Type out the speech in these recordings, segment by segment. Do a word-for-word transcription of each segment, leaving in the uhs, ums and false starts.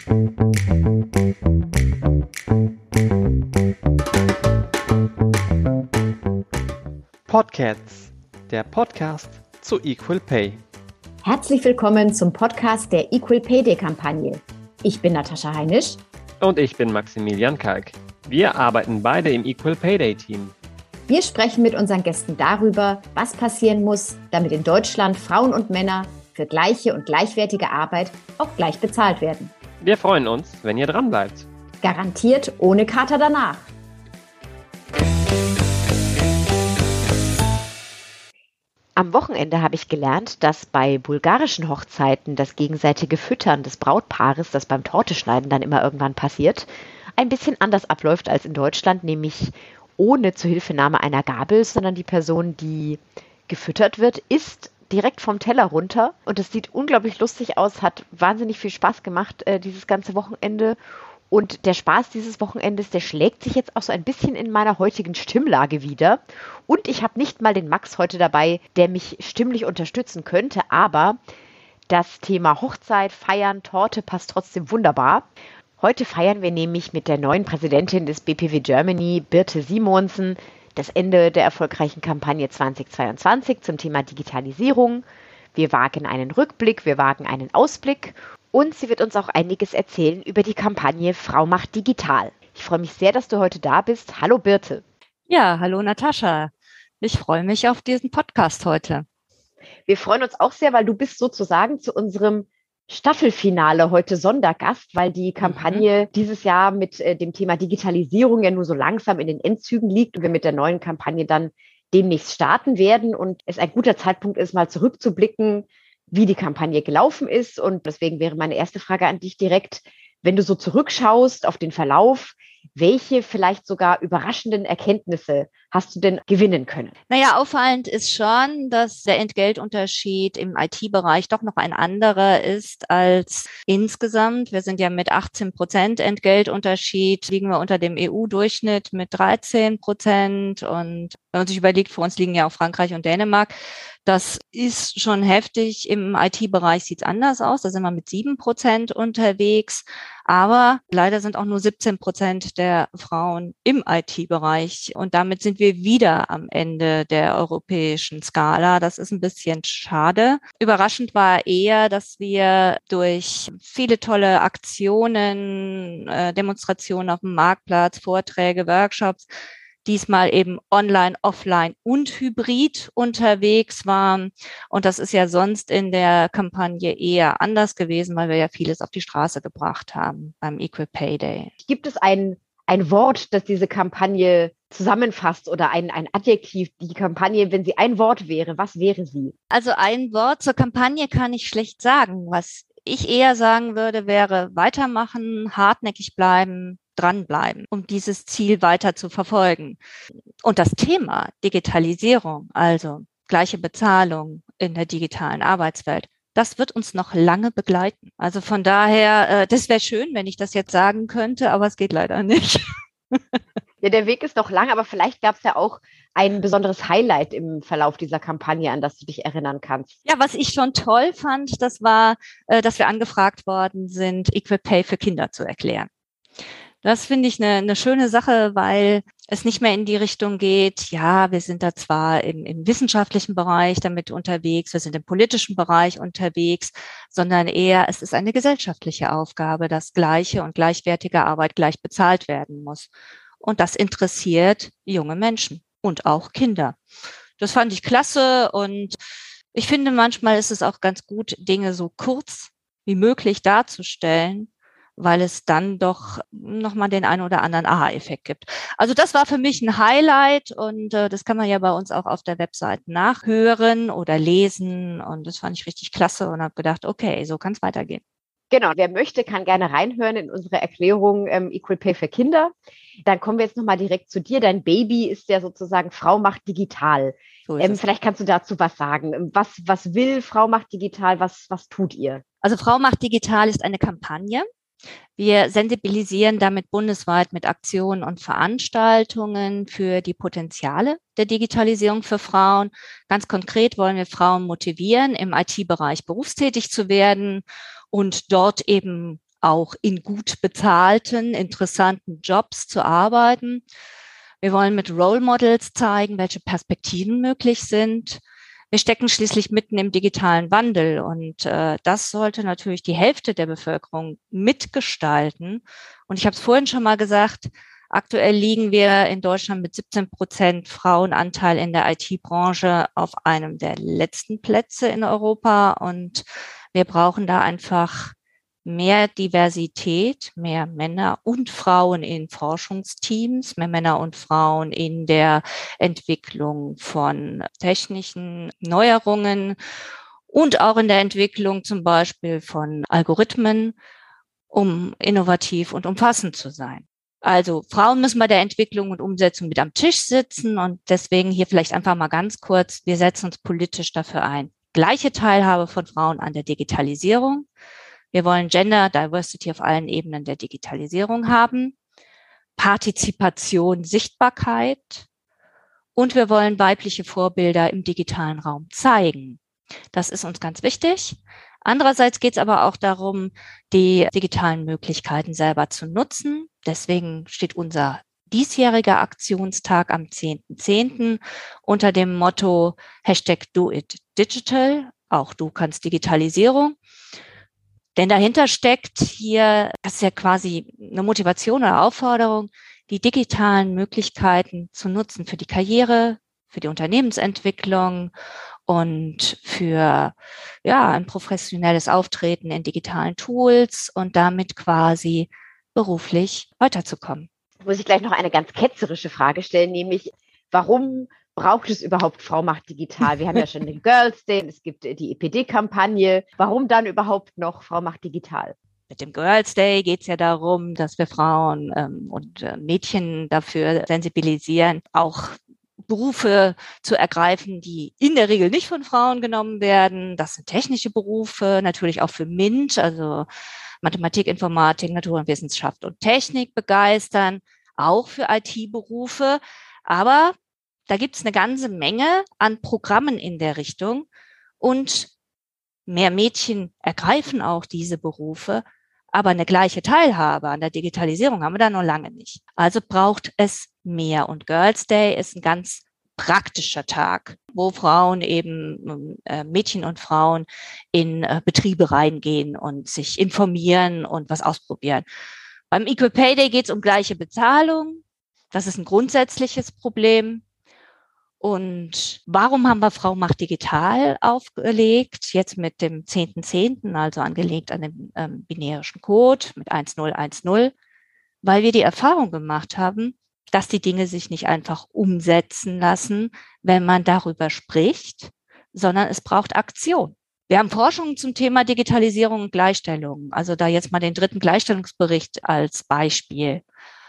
Podcats, der Podcast zu Equal Pay. Herzlich willkommen zum Podcast der Equal Pay Day-Kampagne. Ich bin Natascha Heinisch. Und ich bin Maximilian Kalk. Wir arbeiten beide im Equal Pay Day-Team. Wir sprechen mit unseren Gästen darüber, was passieren muss, damit in Deutschland Frauen und Männer für gleiche und gleichwertige Arbeit auch gleich bezahlt werden. Wir freuen uns, wenn ihr dran bleibt. Garantiert ohne Kater danach. Am Wochenende habe ich gelernt, dass bei bulgarischen Hochzeiten das gegenseitige Füttern des Brautpaares, das beim Torteschneiden dann immer irgendwann passiert, ein bisschen anders abläuft als in Deutschland, nämlich ohne Zuhilfenahme einer Gabel, sondern die Person, die gefüttert wird, isst direkt vom Teller runter. Und es sieht unglaublich lustig aus, hat wahnsinnig viel Spaß gemacht, äh, dieses ganze Wochenende. Und der Spaß dieses Wochenendes, der schlägt sich jetzt auch so ein bisschen in meiner heutigen Stimmlage wieder. Und ich habe nicht mal den Max heute dabei, der mich stimmlich unterstützen könnte. Aber das Thema Hochzeit, Feiern, Torte passt trotzdem wunderbar. Heute feiern wir nämlich mit der neuen Präsidentin des B P W Germany, Birte Simonsen, das Ende der erfolgreichen Kampagne zweitausendzweiundzwanzig zum Thema Digitalisierung. Wir wagen einen Rückblick, wir wagen einen Ausblick. Und sie wird uns auch einiges erzählen über die Kampagne Frau macht digital. Ich freue mich sehr, dass du heute da bist. Hallo Birte. Ja, hallo Natascha. Ich freue mich auf diesen Podcast heute. Wir freuen uns auch sehr, weil du bist sozusagen zu unserem Staffelfinale heute Sondergast, weil die Kampagne mhm. dieses Jahr mit äh, dem Thema Digitalisierung ja nur so langsam in den Endzügen liegt und wir mit der neuen Kampagne dann demnächst starten werden und es ein guter Zeitpunkt ist, mal zurückzublicken, wie die Kampagne gelaufen ist. Und deswegen wäre meine erste Frage an dich direkt, wenn du so zurückschaust auf den Verlauf, welche vielleicht sogar überraschenden Erkenntnisse hast du denn gewinnen können? Naja, auffallend ist schon, dass der Entgeltunterschied im I T-Bereich doch noch ein anderer ist als insgesamt. Wir sind ja mit achtzehn Prozent Entgeltunterschied, liegen wir unter dem E U-Durchschnitt mit dreizehn Prozent. Und wenn man sich überlegt, vor uns liegen ja auch Frankreich und Dänemark, das ist schon heftig. Im I T-Bereich sieht es anders aus. Da sind wir mit sieben Prozent unterwegs. Aber leider sind auch nur siebzehn Prozent der Frauen im I T-Bereich. Und damit sind wir wieder am Ende der europäischen Skala. Das ist ein bisschen schade. Überraschend war eher, dass wir durch viele tolle Aktionen, äh, Demonstrationen auf dem Marktplatz, Vorträge, Workshops, diesmal eben online, offline und hybrid unterwegs waren. Und das ist ja sonst in der Kampagne eher anders gewesen, weil wir ja vieles auf die Straße gebracht haben beim Equal Pay Day. Gibt es ein, ein Wort, das diese Kampagne zusammenfasst oder ein, ein Adjektiv, die Kampagne, wenn sie ein Wort wäre, was wäre sie? Also ein Wort zur Kampagne kann ich schlecht sagen. Was ich eher sagen würde, wäre weitermachen, hartnäckig bleiben, dranbleiben, um dieses Ziel weiter zu verfolgen. Und das Thema Digitalisierung, also gleiche Bezahlung in der digitalen Arbeitswelt, das wird uns noch lange begleiten. Also von daher, äh, das wäre schön, wenn ich das jetzt sagen könnte, aber es geht leider nicht. Ja, der Weg ist noch lang, aber vielleicht gab es ja auch ein besonderes Highlight im Verlauf dieser Kampagne, an das du dich erinnern kannst. Ja, was ich schon toll fand, das war, äh, dass wir angefragt worden sind, Equal Pay für Kinder zu erklären. Das finde ich eine, eine schöne Sache, weil es nicht mehr in die Richtung geht, ja, wir sind da zwar im, im wissenschaftlichen Bereich damit unterwegs, wir sind im politischen Bereich unterwegs, sondern eher, es ist eine gesellschaftliche Aufgabe, dass gleiche und gleichwertige Arbeit gleich bezahlt werden muss. Und das interessiert junge Menschen und auch Kinder. Das fand ich klasse und ich finde, manchmal ist es auch ganz gut, Dinge so kurz wie möglich darzustellen, weil es dann doch nochmal den einen oder anderen Aha-Effekt gibt. Also das war für mich ein Highlight und äh, das kann man ja bei uns auch auf der Website nachhören oder lesen und das fand ich richtig klasse und habe gedacht, okay, so kann es weitergehen. Genau, wer möchte, kann gerne reinhören in unsere Erklärung ähm, Equal Pay für Kinder. Dann kommen wir jetzt nochmal direkt zu dir. Dein Baby ist ja sozusagen Frau macht digital. So ähm, vielleicht kannst du dazu was sagen. Was, was will Frau macht digital? Was, was tut ihr? Also Frau macht digital ist eine Kampagne. Wir sensibilisieren damit bundesweit mit Aktionen und Veranstaltungen für die Potenziale der Digitalisierung für Frauen. Ganz konkret wollen wir Frauen motivieren, im I T-Bereich berufstätig zu werden und dort eben auch in gut bezahlten, interessanten Jobs zu arbeiten. Wir wollen mit Role Models zeigen, welche Perspektiven möglich sind. Wir stecken schließlich mitten im digitalen Wandel und äh, das sollte natürlich die Hälfte der Bevölkerung mitgestalten. Und ich habe es vorhin schon mal gesagt, aktuell liegen wir in Deutschland mit siebzehn Prozent Frauenanteil in der I T-Branche auf einem der letzten Plätze in Europa und wir brauchen da einfach mehr Diversität, mehr Männer und Frauen in Forschungsteams, mehr Männer und Frauen in der Entwicklung von technischen Neuerungen und auch in der Entwicklung zum Beispiel von Algorithmen, um innovativ und umfassend zu sein. Also Frauen müssen bei der Entwicklung und Umsetzung mit am Tisch sitzen und deswegen hier vielleicht einfach mal ganz kurz, wir setzen uns politisch dafür ein. Gleiche Teilhabe von Frauen an der Digitalisierung. Wir wollen Gender Diversity auf allen Ebenen der Digitalisierung haben, Partizipation, Sichtbarkeit und wir wollen weibliche Vorbilder im digitalen Raum zeigen. Das ist uns ganz wichtig. Andererseits geht es aber auch darum, die digitalen Möglichkeiten selber zu nutzen. Deswegen steht unser diesjähriger Aktionstag am zehnten zehnten unter dem Motto Hashtag Do It Digital. Auch du kannst Digitalisierung. Denn dahinter steckt hier, das ist ja quasi eine Motivation oder Aufforderung, die digitalen Möglichkeiten zu nutzen für die Karriere, für die Unternehmensentwicklung und für ja ein professionelles Auftreten in digitalen Tools und damit quasi beruflich weiterzukommen. Muss ich gleich noch eine ganz ketzerische Frage stellen, nämlich warum braucht es überhaupt Frau macht digital? Wir haben ja schon den Girls Day, es gibt die E P D-Kampagne. Warum dann überhaupt noch Frau macht digital? Mit dem Girls Day geht es ja darum, dass wir Frauen ähm, und äh, Mädchen dafür sensibilisieren, auch Berufe zu ergreifen, die in der Regel nicht von Frauen genommen werden. Das sind technische Berufe, natürlich auch für MINT, also Mathematik, Informatik, Natur- und Wissenschaft und Technik begeistern, auch für I T-Berufe. Aber da gibt es eine ganze Menge an Programmen in der Richtung und mehr Mädchen ergreifen auch diese Berufe, aber eine gleiche Teilhabe an der Digitalisierung haben wir da noch lange nicht. Also braucht es mehr und Girls Day ist ein ganz praktischer Tag, wo Frauen eben, äh, Mädchen und Frauen in äh, Betriebe reingehen und sich informieren und was ausprobieren. Beim Equal Pay Day geht es um gleiche Bezahlung. Das ist ein grundsätzliches Problem. Und warum haben wir Frau macht digital aufgelegt, jetzt mit dem zehnten zehnten, also angelegt an dem ähm, binärischen Code mit eins null eins null? Weil wir die Erfahrung gemacht haben, dass die Dinge sich nicht einfach umsetzen lassen, wenn man darüber spricht, sondern es braucht Aktion. Wir haben Forschungen zum Thema Digitalisierung und Gleichstellung, also da jetzt mal den dritten Gleichstellungsbericht als Beispiel.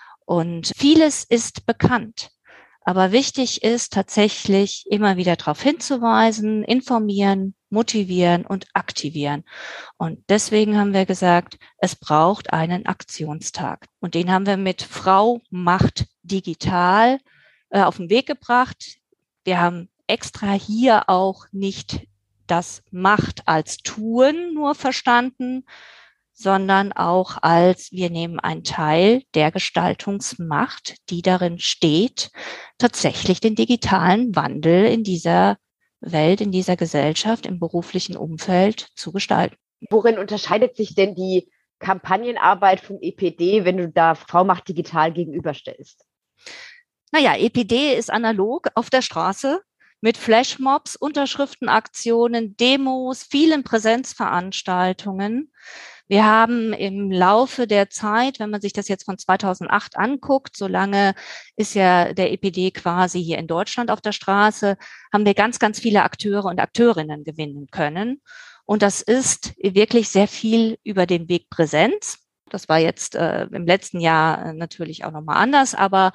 Und vieles ist bekannt. Aber wichtig ist tatsächlich immer wieder darauf hinzuweisen, informieren, motivieren und aktivieren. Und deswegen haben wir gesagt, es braucht einen Aktionstag. Und den haben wir mit Frau macht digital äh, auf den Weg gebracht. Wir haben extra hier auch nicht das Macht als Tun nur verstanden, sondern auch als wir nehmen einen Teil der Gestaltungsmacht, die darin steht, tatsächlich den digitalen Wandel in dieser Welt, in dieser Gesellschaft, im beruflichen Umfeld zu gestalten. Worin unterscheidet sich denn die Kampagnenarbeit vom E P D, wenn du da Frau macht digital gegenüberstellst? Naja, E P D ist analog auf der Straße mit Flashmobs, Unterschriftenaktionen, Demos, vielen Präsenzveranstaltungen. Wir haben im Laufe der Zeit, wenn man sich das jetzt von zweitausendacht anguckt, so lange ist ja der E P D quasi hier in Deutschland auf der Straße, haben wir ganz, ganz viele Akteure und Akteurinnen gewinnen können. Und das ist wirklich sehr viel über den Weg Präsenz. Das war jetzt äh, im letzten Jahr natürlich auch nochmal anders, aber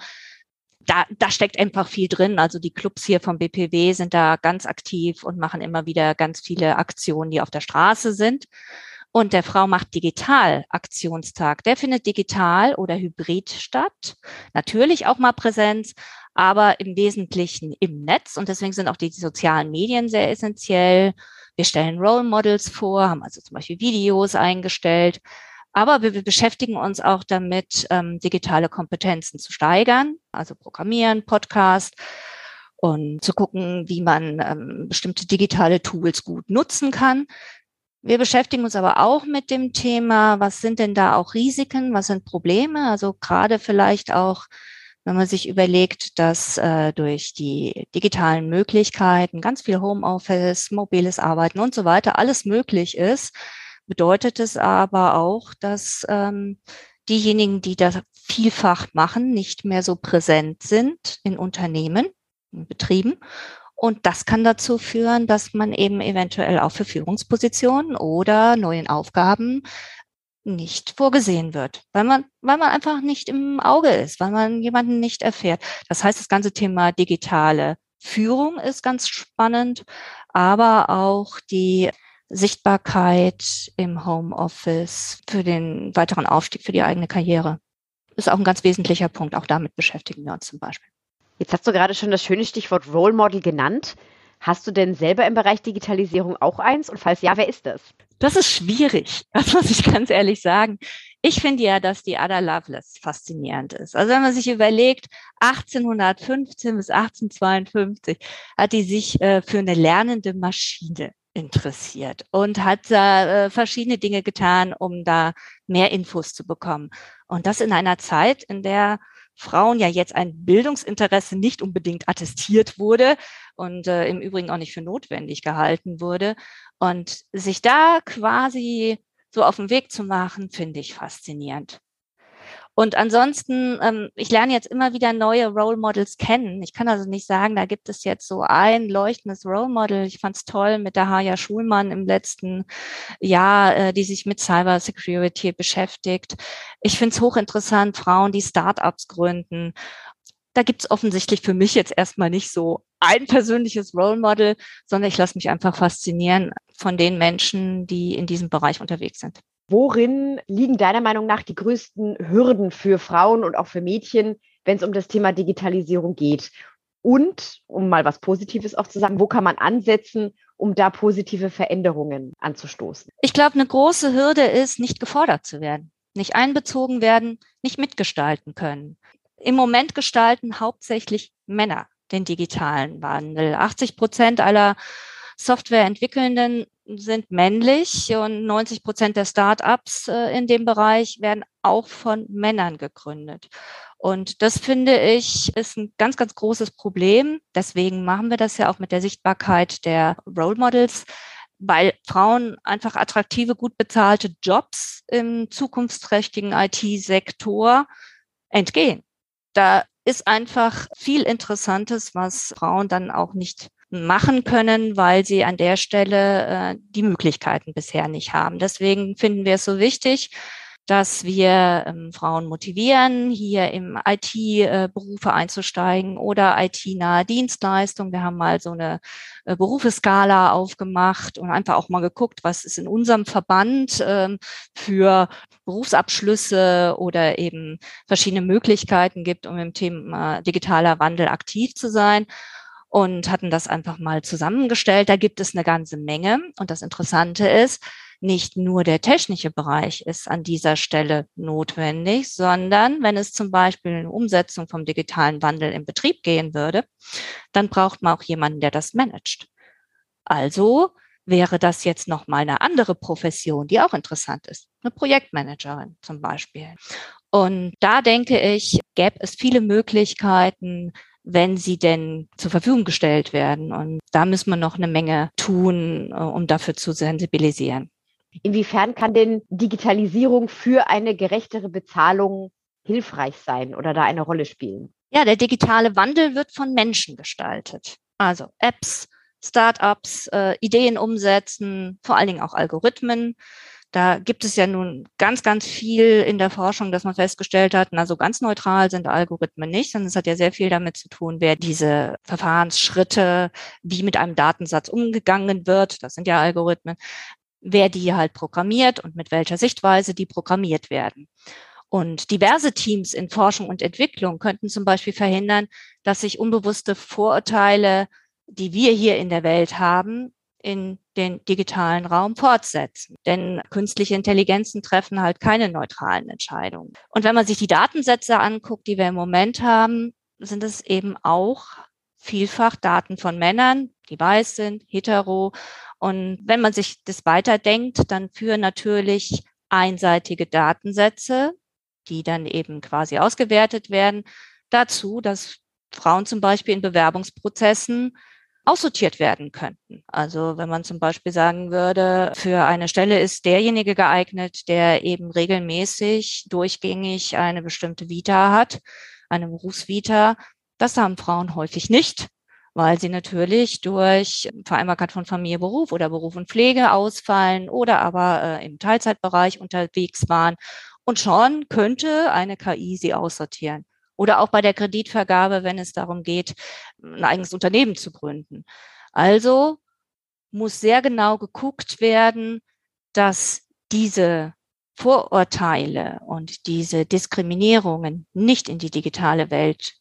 da, da steckt einfach viel drin. Also die Clubs hier vom B P W sind da ganz aktiv und machen immer wieder ganz viele Aktionen, die auf der Straße sind. Und der Frau macht digital Aktionstag, der findet digital oder hybrid statt. Natürlich auch mal Präsenz, aber im Wesentlichen im Netz. Und deswegen sind auch die sozialen Medien sehr essentiell. Wir stellen Role Models vor, haben also zum Beispiel Videos eingestellt. Aber wir, wir beschäftigen uns auch damit, ähm, digitale Kompetenzen zu steigern, also Programmieren, Podcast und zu gucken, wie man ähm, bestimmte digitale Tools gut nutzen kann. Wir beschäftigen uns aber auch mit dem Thema, was sind denn da auch Risiken, was sind Probleme? Also gerade vielleicht auch, wenn man sich überlegt, dass äh, durch die digitalen Möglichkeiten ganz viel Homeoffice, mobiles Arbeiten und so weiter alles möglich ist, bedeutet es aber auch, dass ähm, diejenigen, die das vielfach machen, nicht mehr so präsent sind in Unternehmen, in Betrieben. Und das kann dazu führen, dass man eben eventuell auch für Führungspositionen oder neuen Aufgaben nicht vorgesehen wird, weil man, weil man einfach nicht im Auge ist, weil man jemanden nicht erfährt. Das heißt, das ganze Thema digitale Führung ist ganz spannend, aber auch die Sichtbarkeit im Homeoffice für den weiteren Aufstieg, für die eigene Karriere ist auch ein ganz wesentlicher Punkt. Auch damit beschäftigen wir uns zum Beispiel. Jetzt hast du gerade schon das schöne Stichwort Role Model genannt. Hast du denn selber im Bereich Digitalisierung auch eins? Und falls ja, wer ist das? Das ist schwierig, das muss ich ganz ehrlich sagen. Ich finde ja, dass die Ada Lovelace faszinierend ist. Also wenn man sich überlegt, achtzehnhundertfünfzehn bis achtzehnhundertzweiundfünfzig hat die sich äh, für eine lernende Maschine interessiert und hat da äh, verschiedene Dinge getan, um da mehr Infos zu bekommen. Und das in einer Zeit, in der Frauen ja jetzt ein Bildungsinteresse nicht unbedingt attestiert wurde und äh, im Übrigen auch nicht für notwendig gehalten wurde. Und sich da quasi so auf den Weg zu machen, finde ich faszinierend. Und ansonsten, ähm, ich lerne jetzt immer wieder neue Role Models kennen. Ich kann also nicht sagen, da gibt es jetzt so ein leuchtendes Role Model. Ich fand es toll mit der Haja Schulmann im letzten Jahr, äh, die sich mit Cyber Security beschäftigt. Ich finde es hochinteressant, Frauen, die Startups gründen. Da gibt es offensichtlich für mich jetzt erstmal nicht so ein persönliches Role Model, sondern ich lasse mich einfach faszinieren von den Menschen, die in diesem Bereich unterwegs sind. Worin liegen deiner Meinung nach die größten Hürden für Frauen und auch für Mädchen, wenn es um das Thema Digitalisierung geht? Und, um mal was Positives auch zu sagen, wo kann man ansetzen, um da positive Veränderungen anzustoßen? Ich glaube, eine große Hürde ist, nicht gefordert zu werden, nicht einbezogen werden, nicht mitgestalten können. Im Moment gestalten hauptsächlich Männer den digitalen Wandel. achtzig Prozent aller Softwareentwickelnden sind männlich und neunzig Prozent der Start-ups äh, in dem Bereich werden auch von Männern gegründet. Und das, finde ich, ist ein ganz, ganz großes Problem. Deswegen machen wir das ja auch mit der Sichtbarkeit der Role Models, weil Frauen einfach attraktive, gut bezahlte Jobs im zukunftsträchtigen I T-Sektor entgehen. Da ist einfach viel Interessantes, was Frauen dann auch nicht machen können, weil sie an der Stelle äh, die Möglichkeiten bisher nicht haben. Deswegen finden wir es so wichtig, dass wir ähm, Frauen motivieren, hier im I T-Berufe äh, einzusteigen oder I T-nahe Dienstleistungen. Wir haben mal so eine äh, Berufeskala aufgemacht und einfach auch mal geguckt, was ist in unserem Verband ähm, für Berufsabschlüsse oder eben verschiedene Möglichkeiten gibt, um im Thema digitaler Wandel aktiv zu sein. Und hatten das einfach mal zusammengestellt. Da gibt es eine ganze Menge. Und das Interessante ist, nicht nur der technische Bereich ist an dieser Stelle notwendig, sondern wenn es zum Beispiel eine Umsetzung vom digitalen Wandel im Betrieb gehen würde, dann braucht man auch jemanden, der das managt. Also wäre das jetzt nochmal eine andere Profession, die auch interessant ist. Eine Projektmanagerin zum Beispiel. Und da denke ich, gäbe es viele Möglichkeiten, wenn sie denn zur Verfügung gestellt werden. Und da müssen wir noch eine Menge tun, um dafür zu sensibilisieren. Inwiefern kann denn Digitalisierung für eine gerechtere Bezahlung hilfreich sein oder da eine Rolle spielen? Ja, der digitale Wandel wird von Menschen gestaltet. Also Apps, Startups, äh, Ideen umsetzen, vor allen Dingen auch Algorithmen. Da gibt es ja nun ganz, ganz viel in der Forschung, dass man festgestellt hat, na, so ganz neutral sind Algorithmen nicht, sondern es hat ja sehr viel damit zu tun, wer diese Verfahrensschritte, wie mit einem Datensatz umgegangen wird, das sind ja Algorithmen, wer die halt programmiert und mit welcher Sichtweise die programmiert werden. Und diverse Teams in Forschung und Entwicklung könnten zum Beispiel verhindern, dass sich unbewusste Vorurteile, die wir hier in der Welt haben, in den digitalen Raum fortsetzen. Denn künstliche Intelligenzen treffen halt keine neutralen Entscheidungen. Und wenn man sich die Datensätze anguckt, die wir im Moment haben, sind es eben auch vielfach Daten von Männern, die weiß sind, hetero. Und wenn man sich das weiterdenkt, dann führen natürlich einseitige Datensätze, die dann eben quasi ausgewertet werden, dazu, dass Frauen zum Beispiel in Bewerbungsprozessen aussortiert werden könnten. Also wenn man zum Beispiel sagen würde, für eine Stelle ist derjenige geeignet, der eben regelmäßig durchgängig eine bestimmte Vita hat, eine Berufsvita. Das haben Frauen häufig nicht, weil sie natürlich durch Vereinbarkeit von Familie, Beruf oder Beruf und Pflege ausfallen oder aber äh, im Teilzeitbereich unterwegs waren. Und schon könnte eine K I sie aussortieren. Oder auch bei der Kreditvergabe, wenn es darum geht, ein eigenes Unternehmen zu gründen. Also muss sehr genau geguckt werden, dass diese Vorurteile und diese Diskriminierungen nicht in die digitale Welt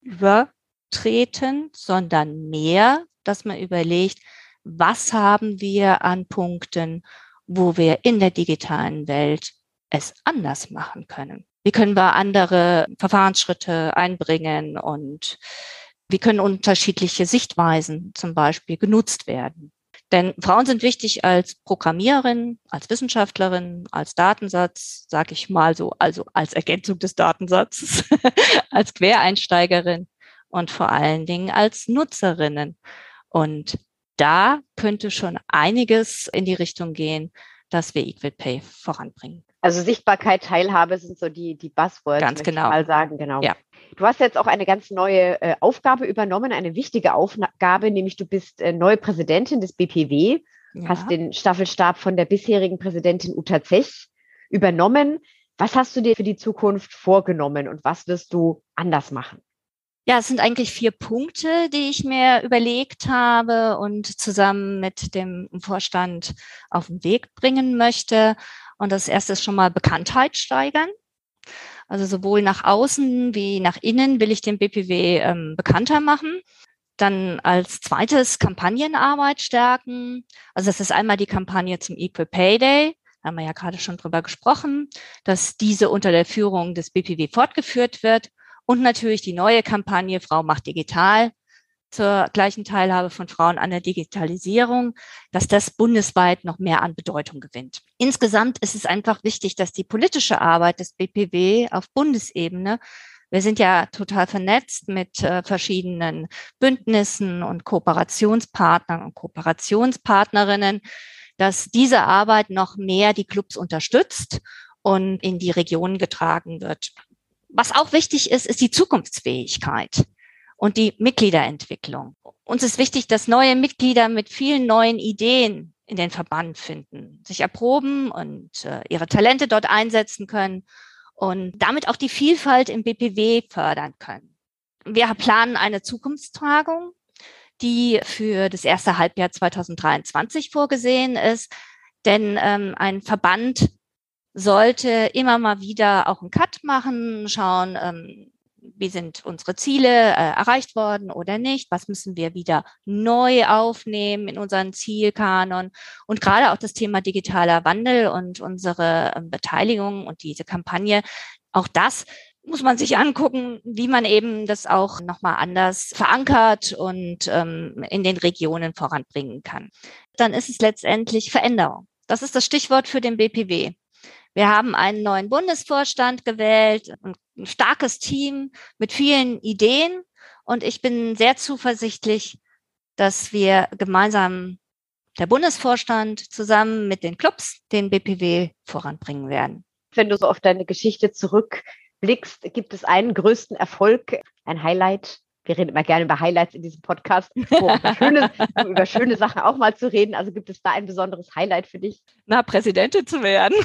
übertreten, sondern mehr, dass man überlegt, was haben wir an Punkten, wo wir in der digitalen Welt es anders machen können. Wie können wir andere Verfahrensschritte einbringen und wie können unterschiedliche Sichtweisen zum Beispiel genutzt werden? Denn Frauen sind wichtig als Programmiererin, als Wissenschaftlerin, als Datensatz, sage ich mal so, also als Ergänzung des Datensatzes, als Quereinsteigerin und vor allen Dingen als Nutzerinnen. Und da könnte schon einiges in die Richtung gehen, dass wir Equal Pay voranbringen. Also Sichtbarkeit, Teilhabe sind so die, die Buzzwords, ganz möchte genau. ich mal sagen. Genau. Ja. Du hast jetzt auch eine ganz neue äh, Aufgabe übernommen, eine wichtige Aufgabe, nämlich du bist äh, neue Präsidentin des B P W, Ja. hast den Staffelstab von der bisherigen Präsidentin Uta Zech übernommen. Was hast du dir für die Zukunft vorgenommen und was wirst du anders machen? Ja, es sind eigentlich vier Punkte, die ich mir überlegt habe und zusammen mit dem Vorstand auf den Weg bringen möchte. Und das erste ist schon mal Bekanntheit steigern. Also sowohl nach außen wie nach innen will ich den B P W ähm, bekannter machen. Dann als zweites Kampagnenarbeit stärken. Also das ist einmal die Kampagne zum Equal Pay Day. Da haben wir ja gerade schon drüber gesprochen, dass diese unter der Führung des B P W fortgeführt wird. Und natürlich die neue Kampagne Frau macht digital zur gleichen Teilhabe von Frauen an der Digitalisierung, dass das bundesweit noch mehr an Bedeutung gewinnt. Insgesamt ist es einfach wichtig, dass die politische Arbeit des B P W auf Bundesebene, wir sind ja total vernetzt mit äh, verschiedenen Bündnissen und Kooperationspartnern und Kooperationspartnerinnen, dass diese Arbeit noch mehr die Clubs unterstützt und in die Regionen getragen wird. Was auch wichtig ist, ist die Zukunftsfähigkeit und die Mitgliederentwicklung. Uns ist wichtig, dass neue Mitglieder mit vielen neuen Ideen in den Verband finden, sich erproben und äh, ihre Talente dort einsetzen können und damit auch die Vielfalt im B P W fördern können. Wir planen eine Zukunftstagung, die für das erste Halbjahr zwanzig dreiundzwanzig vorgesehen ist, denn ähm, ein Verband sollte immer mal wieder auch einen Cut machen, schauen, ähm, wie sind unsere Ziele äh, erreicht worden oder nicht, was müssen wir wieder neu aufnehmen in unseren Zielkanon und gerade auch das Thema digitaler Wandel und unsere ähm, Beteiligung und diese Kampagne, auch das muss man sich angucken, wie man eben das auch nochmal anders verankert und ähm, in den Regionen voranbringen kann. Dann ist es letztendlich Veränderung. Das ist das Stichwort für den B P W. Wir haben einen neuen Bundesvorstand gewählt, ein starkes Team mit vielen Ideen und ich bin sehr zuversichtlich, dass wir gemeinsam, der Bundesvorstand zusammen mit den Clubs, den B P W voranbringen werden. Wenn du so auf deine Geschichte zurückblickst, gibt es einen größten Erfolg, ein Highlight? Wir reden immer gerne über Highlights in diesem Podcast, um über schöne, um über schöne Sachen auch mal zu reden. Also gibt es da ein besonderes Highlight für dich? Na, Präsidentin zu werden.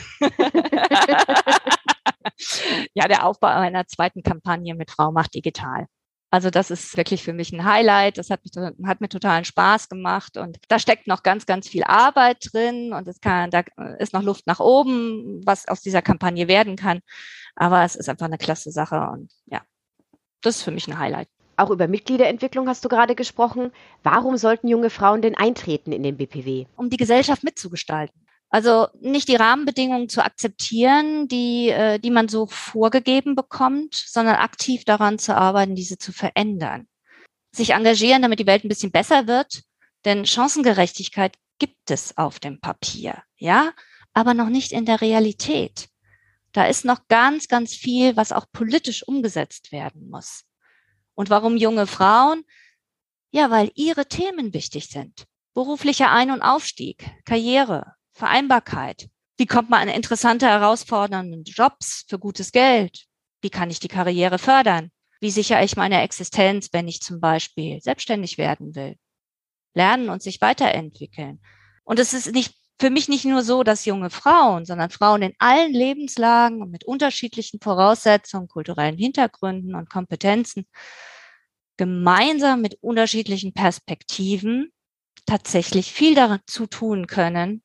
Ja, der Aufbau einer zweiten Kampagne mit Frau macht digital. Also das ist wirklich für mich ein Highlight. Das hat, mich, hat mir totalen Spaß gemacht und da steckt noch ganz, ganz viel Arbeit drin und es kann, da ist noch Luft nach oben, was aus dieser Kampagne werden kann. Aber es ist einfach eine klasse Sache und ja, das ist für mich ein Highlight. Auch über Mitgliederentwicklung hast du gerade gesprochen. Warum sollten junge Frauen denn eintreten in den B P W? Um die Gesellschaft mitzugestalten. Also nicht die Rahmenbedingungen zu akzeptieren, die, äh, die man so vorgegeben bekommt, sondern aktiv daran zu arbeiten, diese zu verändern. Sich engagieren, damit die Welt ein bisschen besser wird, denn Chancengerechtigkeit gibt es auf dem Papier, ja, aber noch nicht in der Realität. Da ist noch ganz, ganz viel, was auch politisch umgesetzt werden muss. Und warum junge Frauen? Ja, weil ihre Themen wichtig sind. Beruflicher Ein- und Aufstieg, Karriere, Vereinbarkeit. Wie kommt man an interessante, herausfordernde Jobs für gutes Geld? Wie kann ich die Karriere fördern? Wie sichere ich meine Existenz, wenn ich zum Beispiel selbstständig werden will? Lernen und sich weiterentwickeln. Und es ist nicht für mich nicht nur so, dass junge Frauen, sondern Frauen in allen Lebenslagen und mit unterschiedlichen Voraussetzungen, kulturellen Hintergründen und Kompetenzen gemeinsam mit unterschiedlichen Perspektiven tatsächlich viel dazu tun können,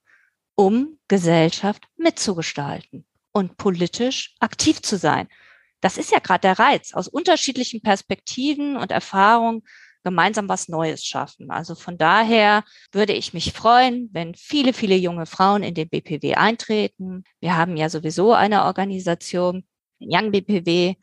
um Gesellschaft mitzugestalten und politisch aktiv zu sein. Das ist ja gerade der Reiz, aus unterschiedlichen Perspektiven und Erfahrungen gemeinsam was Neues schaffen. Also von daher würde ich mich freuen, wenn viele, viele junge Frauen in den B P W eintreten. Wir haben ja sowieso eine Organisation, den Young B P W.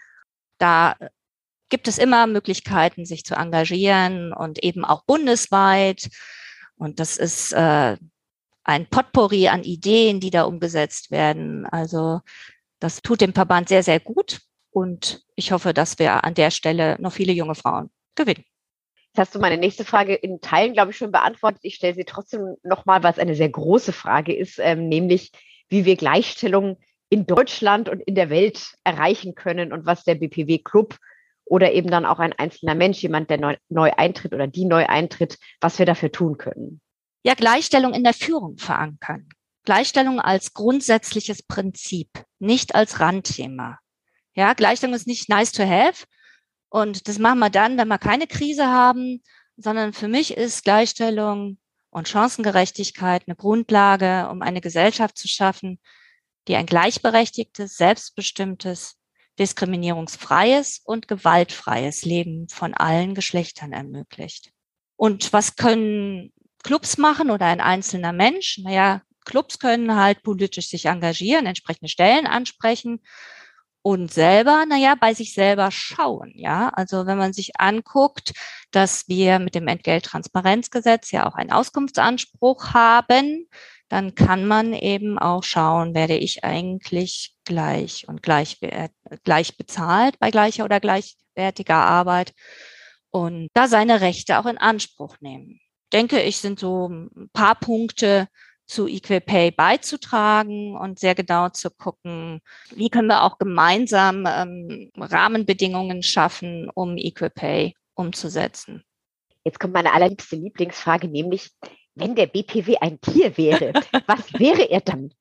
Da gibt es immer Möglichkeiten, sich zu engagieren und eben auch bundesweit. Und das ist äh, ein Potpourri an Ideen, die da umgesetzt werden. Also das tut dem Verband sehr, sehr gut. Und ich hoffe, dass wir an der Stelle noch viele junge Frauen gewinnen. Jetzt hast du meine nächste Frage in Teilen, glaube ich, schon beantwortet. Ich stelle sie trotzdem nochmal, weil es eine sehr große Frage ist, ähm, nämlich wie wir Gleichstellung in Deutschland und in der Welt erreichen können und was der B P W-Club oder eben dann auch ein einzelner Mensch, jemand, der neu, neu eintritt oder die neu eintritt, was wir dafür tun können. Ja, Gleichstellung in der Führung verankern. Gleichstellung als grundsätzliches Prinzip, nicht als Randthema. Ja, Gleichstellung ist nicht nice to have. Und das machen wir dann, wenn wir keine Krise haben, sondern für mich ist Gleichstellung und Chancengerechtigkeit eine Grundlage, um eine Gesellschaft zu schaffen, die ein gleichberechtigtes, selbstbestimmtes, diskriminierungsfreies und gewaltfreies Leben von allen Geschlechtern ermöglicht. Und was können Clubs machen oder ein einzelner Mensch? Naja, Clubs können halt politisch sich engagieren, entsprechende Stellen ansprechen und selber, naja, bei sich selber schauen, ja. Also wenn man sich anguckt, dass wir mit dem Entgelttransparenzgesetz ja auch einen Auskunftsanspruch haben, dann kann man eben auch schauen, werde ich eigentlich gleich und gleich, gleich bezahlt bei gleicher oder gleichwertiger Arbeit und da seine Rechte auch in Anspruch nehmen. Denke ich, sind so ein paar Punkte zu Equal Pay beizutragen und sehr genau zu gucken, wie können wir auch gemeinsam ähm, Rahmenbedingungen schaffen, um Equal Pay umzusetzen. Jetzt kommt meine allerliebste Lieblingsfrage, nämlich, wenn der B P W ein Tier wäre, was wäre er dann?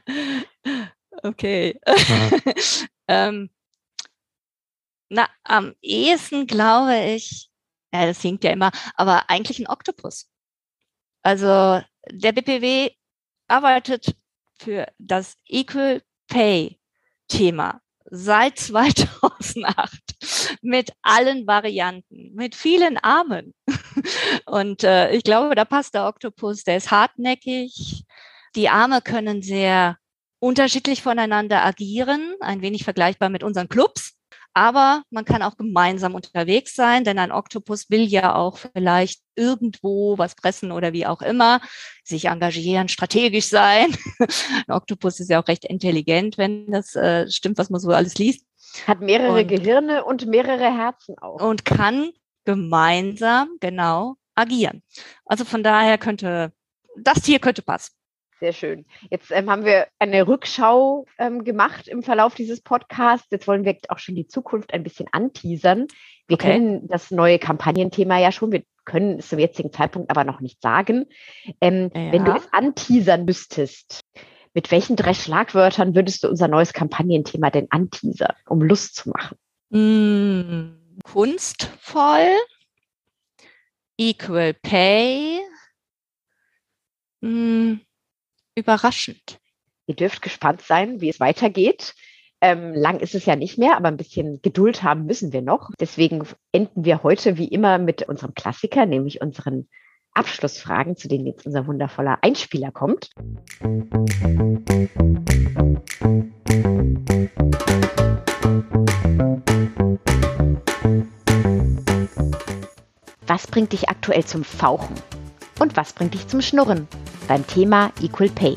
Okay. ähm, na, am ehesten glaube ich, ja, das hinkt ja immer, aber eigentlich ein Oktopus. Also der B P W arbeitet für das Equal Pay Thema seit zweitausendacht mit allen Varianten, mit vielen Armen. Und äh, ich glaube, da passt der Oktopus, der ist hartnäckig. Die Arme können sehr unterschiedlich voneinander agieren, ein wenig vergleichbar mit unseren Clubs. Aber man kann auch gemeinsam unterwegs sein, denn ein Oktopus will ja auch vielleicht irgendwo was fressen oder wie auch immer, sich engagieren, strategisch sein. Ein Oktopus ist ja auch recht intelligent, wenn das äh, stimmt, was man so alles liest. Hat mehrere und, Gehirne und mehrere Herzen auch. Und kann gemeinsam, genau, agieren. Also von daher könnte, das Tier könnte passen. Sehr schön. Jetzt ähm, haben wir eine Rückschau ähm, gemacht im Verlauf dieses Podcasts. Jetzt wollen wir auch schon die Zukunft ein bisschen anteasern. Wir Okay. kennen das neue Kampagnenthema ja schon. Wir können es zum jetzigen Zeitpunkt aber noch nicht sagen. Ähm, Ja. Wenn du es anteasern müsstest, mit welchen drei Schlagwörtern würdest du unser neues Kampagnenthema denn anteasern, um Lust zu machen? Mm, kunstvoll, Equal Pay, mm, überraschend. Ihr dürft gespannt sein, wie es weitergeht. Ähm, lang ist es ja nicht mehr, aber ein bisschen Geduld haben müssen wir noch. Deswegen enden wir heute wie immer mit unserem Klassiker, nämlich unseren Abschlussfragen, zu denen jetzt unser wundervoller Einspieler kommt. Was bringt dich aktuell zum Fauchen? Und was bringt dich zum Schnurren? Beim Thema Equal Pay.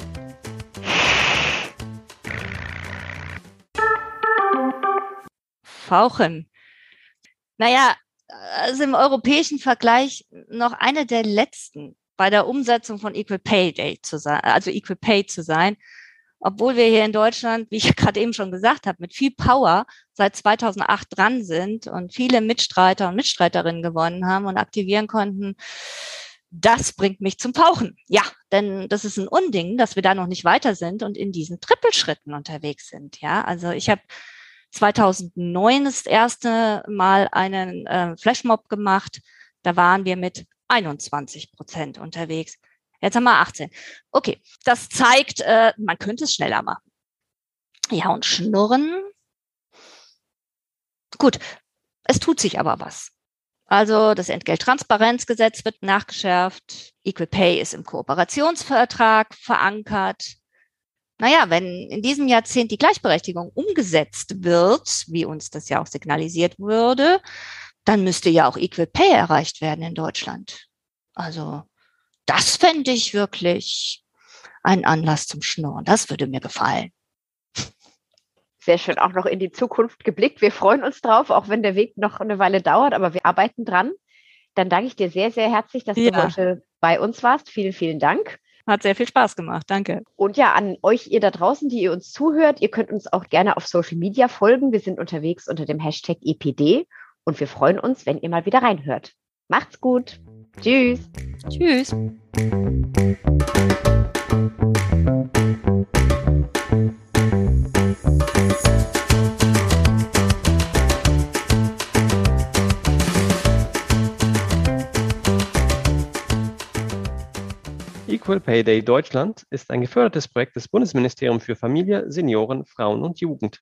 Fauchen. Naja, also im europäischen Vergleich noch eine der letzten bei der Umsetzung von Equal Pay Day zu sein, also Equal Pay zu sein, obwohl wir hier in Deutschland, wie ich gerade eben schon gesagt habe, mit viel Power seit zweitausendacht dran sind und viele Mitstreiter und Mitstreiterinnen gewonnen haben und aktivieren konnten. Das bringt mich zum Fauchen. Ja, denn das ist ein Unding, dass wir da noch nicht weiter sind und in diesen Trippelschritten unterwegs sind. Ja, also ich habe zweitausendneun das erste Mal einen äh, Flashmob gemacht. Da waren wir mit einundzwanzig Prozent unterwegs. Jetzt haben wir achtzehn. Okay, das zeigt, äh, man könnte es schneller machen. Ja, und Schnurren. Gut, es tut sich aber was. Also das Entgelttransparenzgesetz wird nachgeschärft. Equal Pay ist im Kooperationsvertrag verankert. Naja, wenn in diesem Jahrzehnt die Gleichberechtigung umgesetzt wird, wie uns das ja auch signalisiert würde, dann müsste ja auch Equal Pay erreicht werden in Deutschland. Also das fände ich wirklich einen Anlass zum Schnurren. Das würde mir gefallen. Sehr schön, auch noch in die Zukunft geblickt. Wir freuen uns drauf, auch wenn der Weg noch eine Weile dauert, aber wir arbeiten dran. Dann danke ich dir sehr, sehr herzlich, dass ja. du heute bei uns warst. Vielen, vielen Dank. Hat sehr viel Spaß gemacht, danke. Und ja, an euch, ihr da draußen, die ihr uns zuhört, ihr könnt uns auch gerne auf Social Media folgen. Wir sind unterwegs unter dem Hashtag E P D und wir freuen uns, wenn ihr mal wieder reinhört. Macht's gut. Tschüss. Tschüss. Equal Pay Day Deutschland ist ein gefördertes Projekt des Bundesministeriums für Familie, Senioren, Frauen und Jugend.